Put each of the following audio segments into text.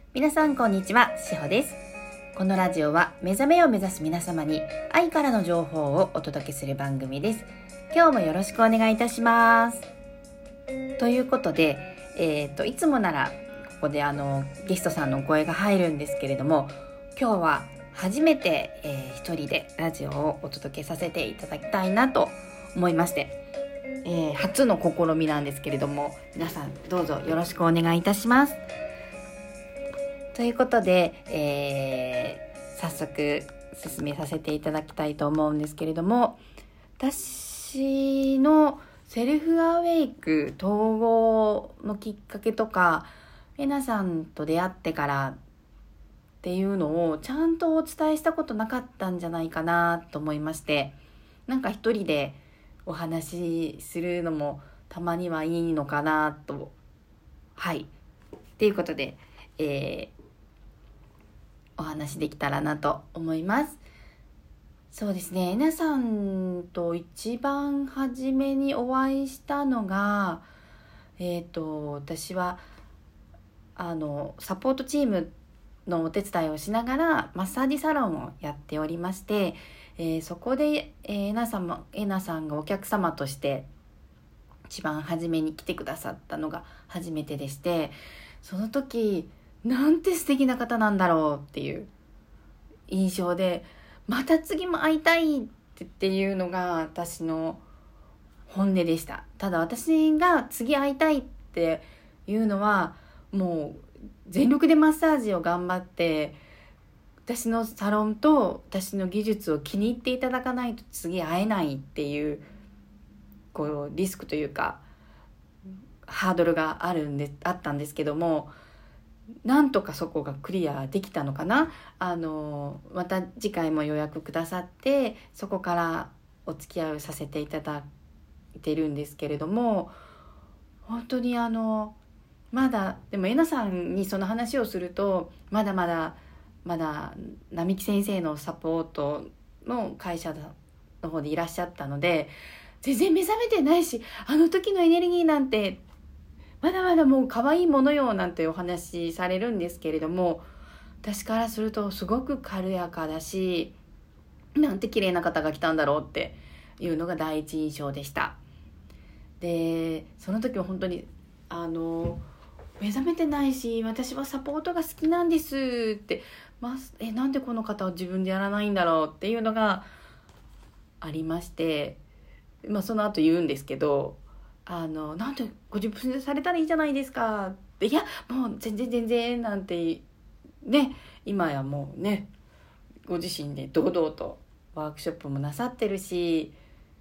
皆さんこんにちは、しほです。このラジオは目覚めを目指す皆様に愛からの情報をお届けする番組です。今日もよろしくお願いいたします。ということで、いつもならここでゲストさんのお声が入るんですけれども、今日は初めて、一人でラジオをお届けさせていただきたいなと思いまして、初の試みなんですけれども、皆さんどうぞよろしくお願いいたします。ということで、早速進めさせていただきたいと思うんですけれども、私のセルフアウェイク統合のきっかけとか、えなさんと出会ってからっていうのをちゃんとお伝えしたことなかったんじゃないかなと思いまして、なんか一人でお話しするのもたまにはいいのかなと、っていうことで、お話できたらなと思います。そうですね、えなさんと一番初めにお会いしたのが、私はサポートチームのお手伝いをしながらマッサージサロンをやっておりまして、そこで、えなさんがお客様として一番初めに来てくださったのが初めてでして、その時なんて素敵な方なんだろうっていう印象で、また次も会いたいっていうのが私の本音でした。ただ私が次会いたいっていうのは、もう全力でマッサージを頑張って私のサロンと私の技術を気に入っていただかないと次会えないっていう、リスクというかハードルがあったんですけども、なんとかそこがクリアできたのかな。また次回も予約くださって、そこからお付き合いをさせていただいてるんですけれども、本当にまだでもえなさんにその話をすると、まだ並木先生のサポートの会社の方でいらっしゃったので、全然目覚めてないし、あの時のエネルギーなんてまだまだもう可愛いものよなんてお話しされるんですけれども、私からするとすごく軽やかだし、なんて綺麗な方が来たんだろうっていうのが第一印象でした。でその時は本当に目覚めてないし、私はサポートが好きなんですって、なんでこの方は自分でやらないんだろうっていうのがありまして、その後言うんですけど、なんでご自分でされたらいいじゃないですかって、いやもう全然なんてね、今やもうね、ご自身で堂々とワークショップもなさってるし、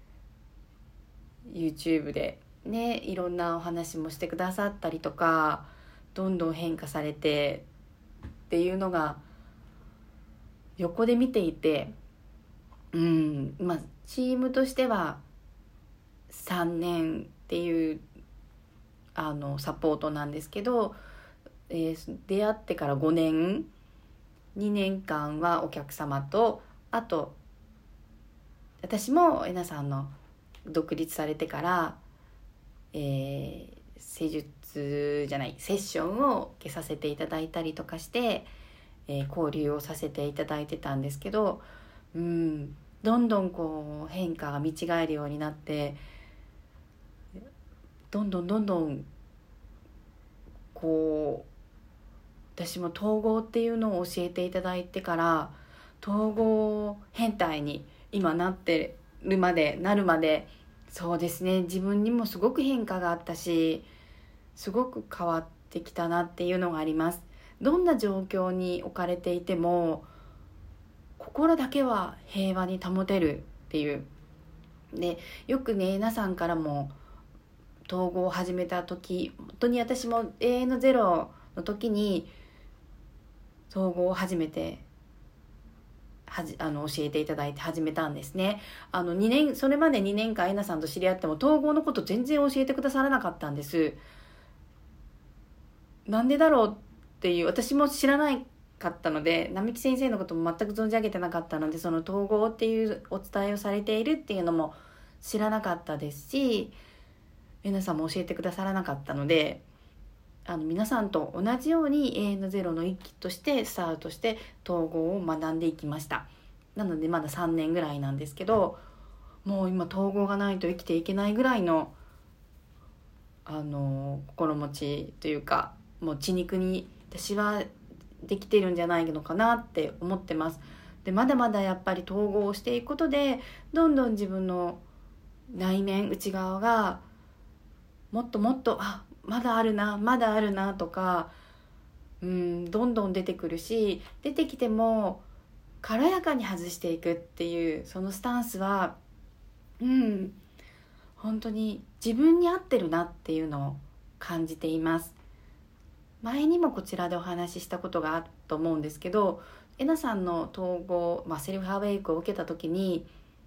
YouTube でね、いろんなお話もしてくださったりとか、どんどん変化されてっていうのが横で見ていて、チームとしては3年っていうサポートなんですけど、出会ってから5年2年間はお客様と、あと私もえなさんの独立されてから、セッションを受けさせていただいたりとかして、交流をさせていただいてたんですけど、どんどん変化が見違えるようになって、どんどん私も統合っていうのを教えていただいてから、統合変態に今なるまで、そうですね、自分にもすごく変化があったし、すごく変わってきたなっていうのがあります。どんな状況に置かれていても心だけは平和に保てるっていう。でよくね、えなさんからも統合を始めた時、本当に私も永遠のゼロの時に統合を初めて教えていただいて始めたんですね。それまで2年間えなさんと知り合っても統合のこと全然教えてくださらなかったんです。なんでだろうっていう、私も知らないかったので、並木先生のことも全く存じ上げてなかったので、その統合っていうお伝えをされているっていうのも知らなかったですし、えなさんも教えてくださらなかったので、 皆さんと同じように永遠のゼロの一期としてスタートして統合を学んでいきました。なのでまだ3年ぐらいなんですけど、もう今統合がないと生きていけないぐらいの心持ちというか、もう血肉に私はできてるんじゃないのかなって思ってます。でまだまだやっぱり統合をしていくことでどんどん自分の内面内側がもっともっとまだあるなとか、どんどん出てくるし、出てきても軽やかに外していくっていうそのスタンスは本当に自分に合ってるなっていうのを感じています。前にもこちらでお話ししたことがあると思うんですけど、えなさんの統合、セルフアウェイクを受けた時に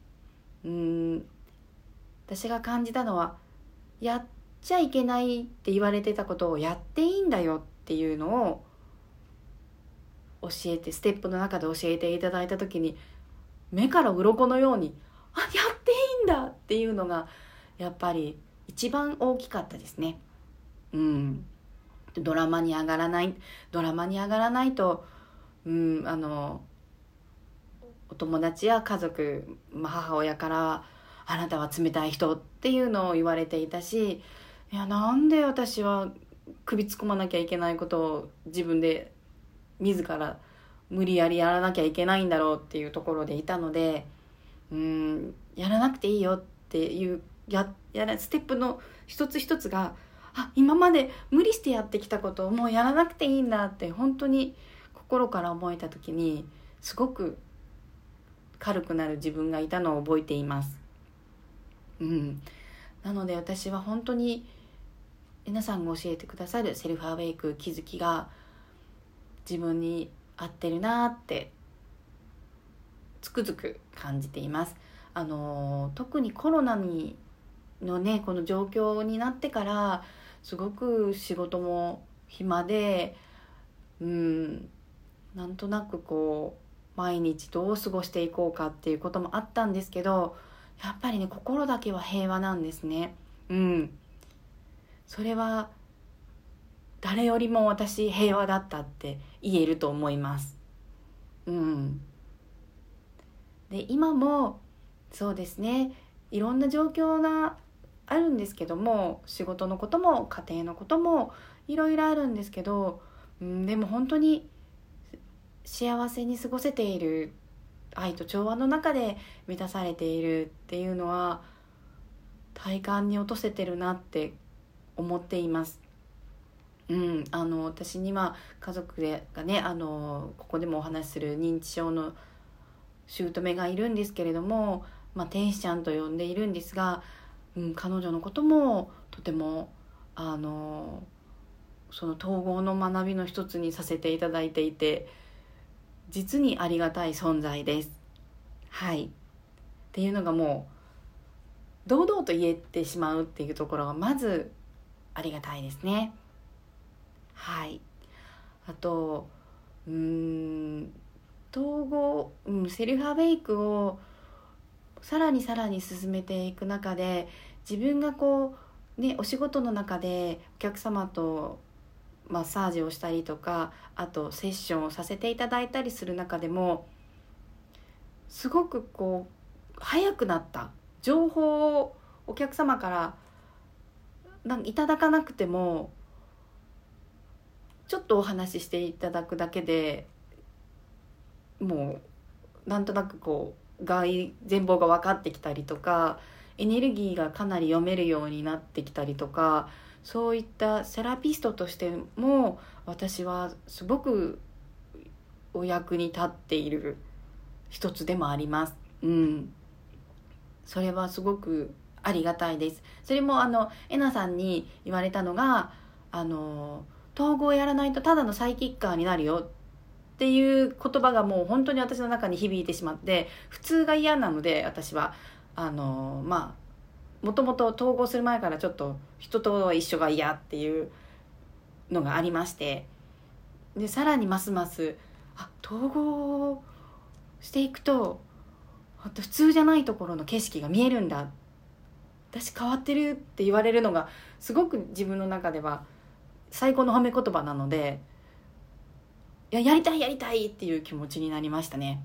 私が感じたのは、やっちゃいけないって言われてたことをやっていいんだよっていうのをステップの中で教えていただいた時に、目から鱗のようにやっていいんだっていうのがやっぱり一番大きかったですね。ドラマに上がらないとお友達や家族、母親からあなたは冷たい人っていうのを言われていたし、いやなんで私は首突っ込まなきゃいけないことを自分で自ら無理やりやらなきゃいけないんだろうっていうところでいたので、やらなくていいよっていうステップの一つ一つが今まで無理してやってきたことをもうやらなくていいんだって本当に心から思えた時にすごく軽くなる自分がいたのを覚えています。なので私は本当に皆さんが教えてくださるセルフアウェイク気づきが自分に合ってるなってつくづく感じています。特にコロナのねこの状況になってからすごく仕事も暇でなんとなく毎日どう過ごしていこうかっていうこともあったんですけど、やっぱりね心だけは平和なんですね。それは誰よりも私平和だったって言えると思います。で今もそうですね、いろんな状況があるんですけども、仕事のことも家庭のこともいろいろあるんですけど、でも本当に幸せに過ごせている、愛と調和の中で満たされているっていうのは体感に落とせてるなって思っています。私には家族がねここでもお話しする認知症の姑がいるんですけれども、天使ちゃんと呼んでいるんですが、彼女のこともとてもその統合の学びの一つにさせていただいていて、実にありがたい存在です。っていうのがもう堂々と言えてしまうっていうところがまずありがたいですね。あと統合、セルフアウェイクをさらに進めていく中で、自分がお仕事の中でお客様とマッサージをしたりとか、あとセッションをさせていただいたりする中でも、すごく早くなった情報をお客様からいただかなくても、ちょっとお話ししていただくだけでもうなんとなく全貌が分かってきたりとか、エネルギーがかなり読めるようになってきたりとか、そういったセラピストとしても私はすごくお役に立っている一つでもあります。それはすごくありがたいです。それもえなさんに言われたのが、統合をやらないとただのサイキッカーになるよっていう言葉がもう本当に私の中に響いてしまって、普通が嫌なので、私はもともと統合する前からちょっと人と一緒が嫌っていうのがありまして、でさらにますます統合していくと普通じゃないところの景色が見えるんだ、私変わってるって言われるのがすごく自分の中では最高の褒め言葉なので、やりたいっていう気持ちになりましたね。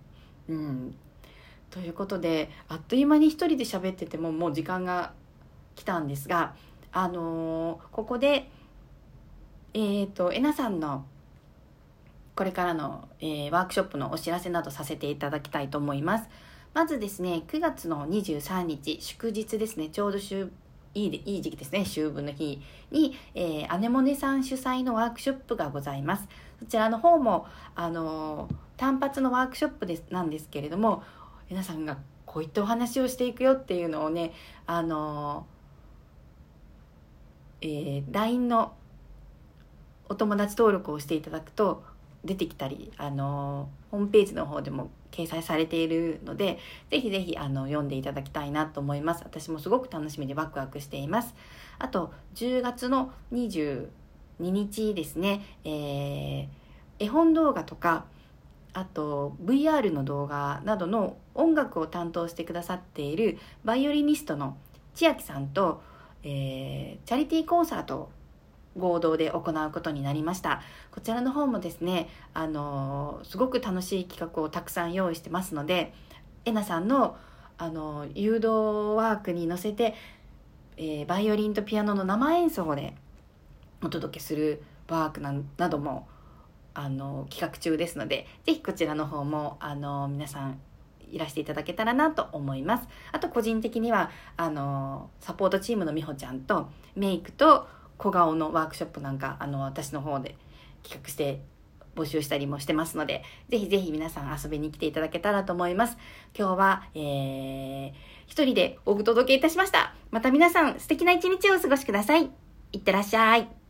ということで、あっという間に一人で喋っててももう時間が来たんですが、ここでえなさんのこれからの、ワークショップのお知らせなどさせていただきたいと思います。まずですね、9月の23日祝日ですね、ちょうどいい時期ですね、秋分の日に、アネモネさん主催のワークショップがございます。そちらの方も単発のワークショップなんですけれども、皆さんがこういったお話をしていくよっていうのをね、LINE のお友達登録をしていただくと出てきたり、ホームページの方でも掲載されているので、ぜひぜひ読んでいただきたいなと思います。私もすごく楽しみでワクワクしています。あと10月の22日ですね、絵本動画とか、あと VR の動画などの音楽を担当してくださっているバイオリニストの千秋さんと、チャリティーコンサートを合同で行うことになりました。こちらの方もですね、すごく楽しい企画をたくさん用意してますので、えなさんの、誘導ワークに乗せて、バイオリンとピアノの生演奏でお届けするワーク なども企画中ですので、ぜひこちらの方も皆さんいらしていただけたらなと思います。あと個人的にはサポートチームのみほちゃんとメイクと小顔のワークショップなんか私の方で企画して募集したりもしてますので、ぜひぜひ皆さん遊びに来ていただけたらと思います。今日は、一人でお届けいたしました。また皆さん素敵な一日をお過ごしください。いってらっしゃい。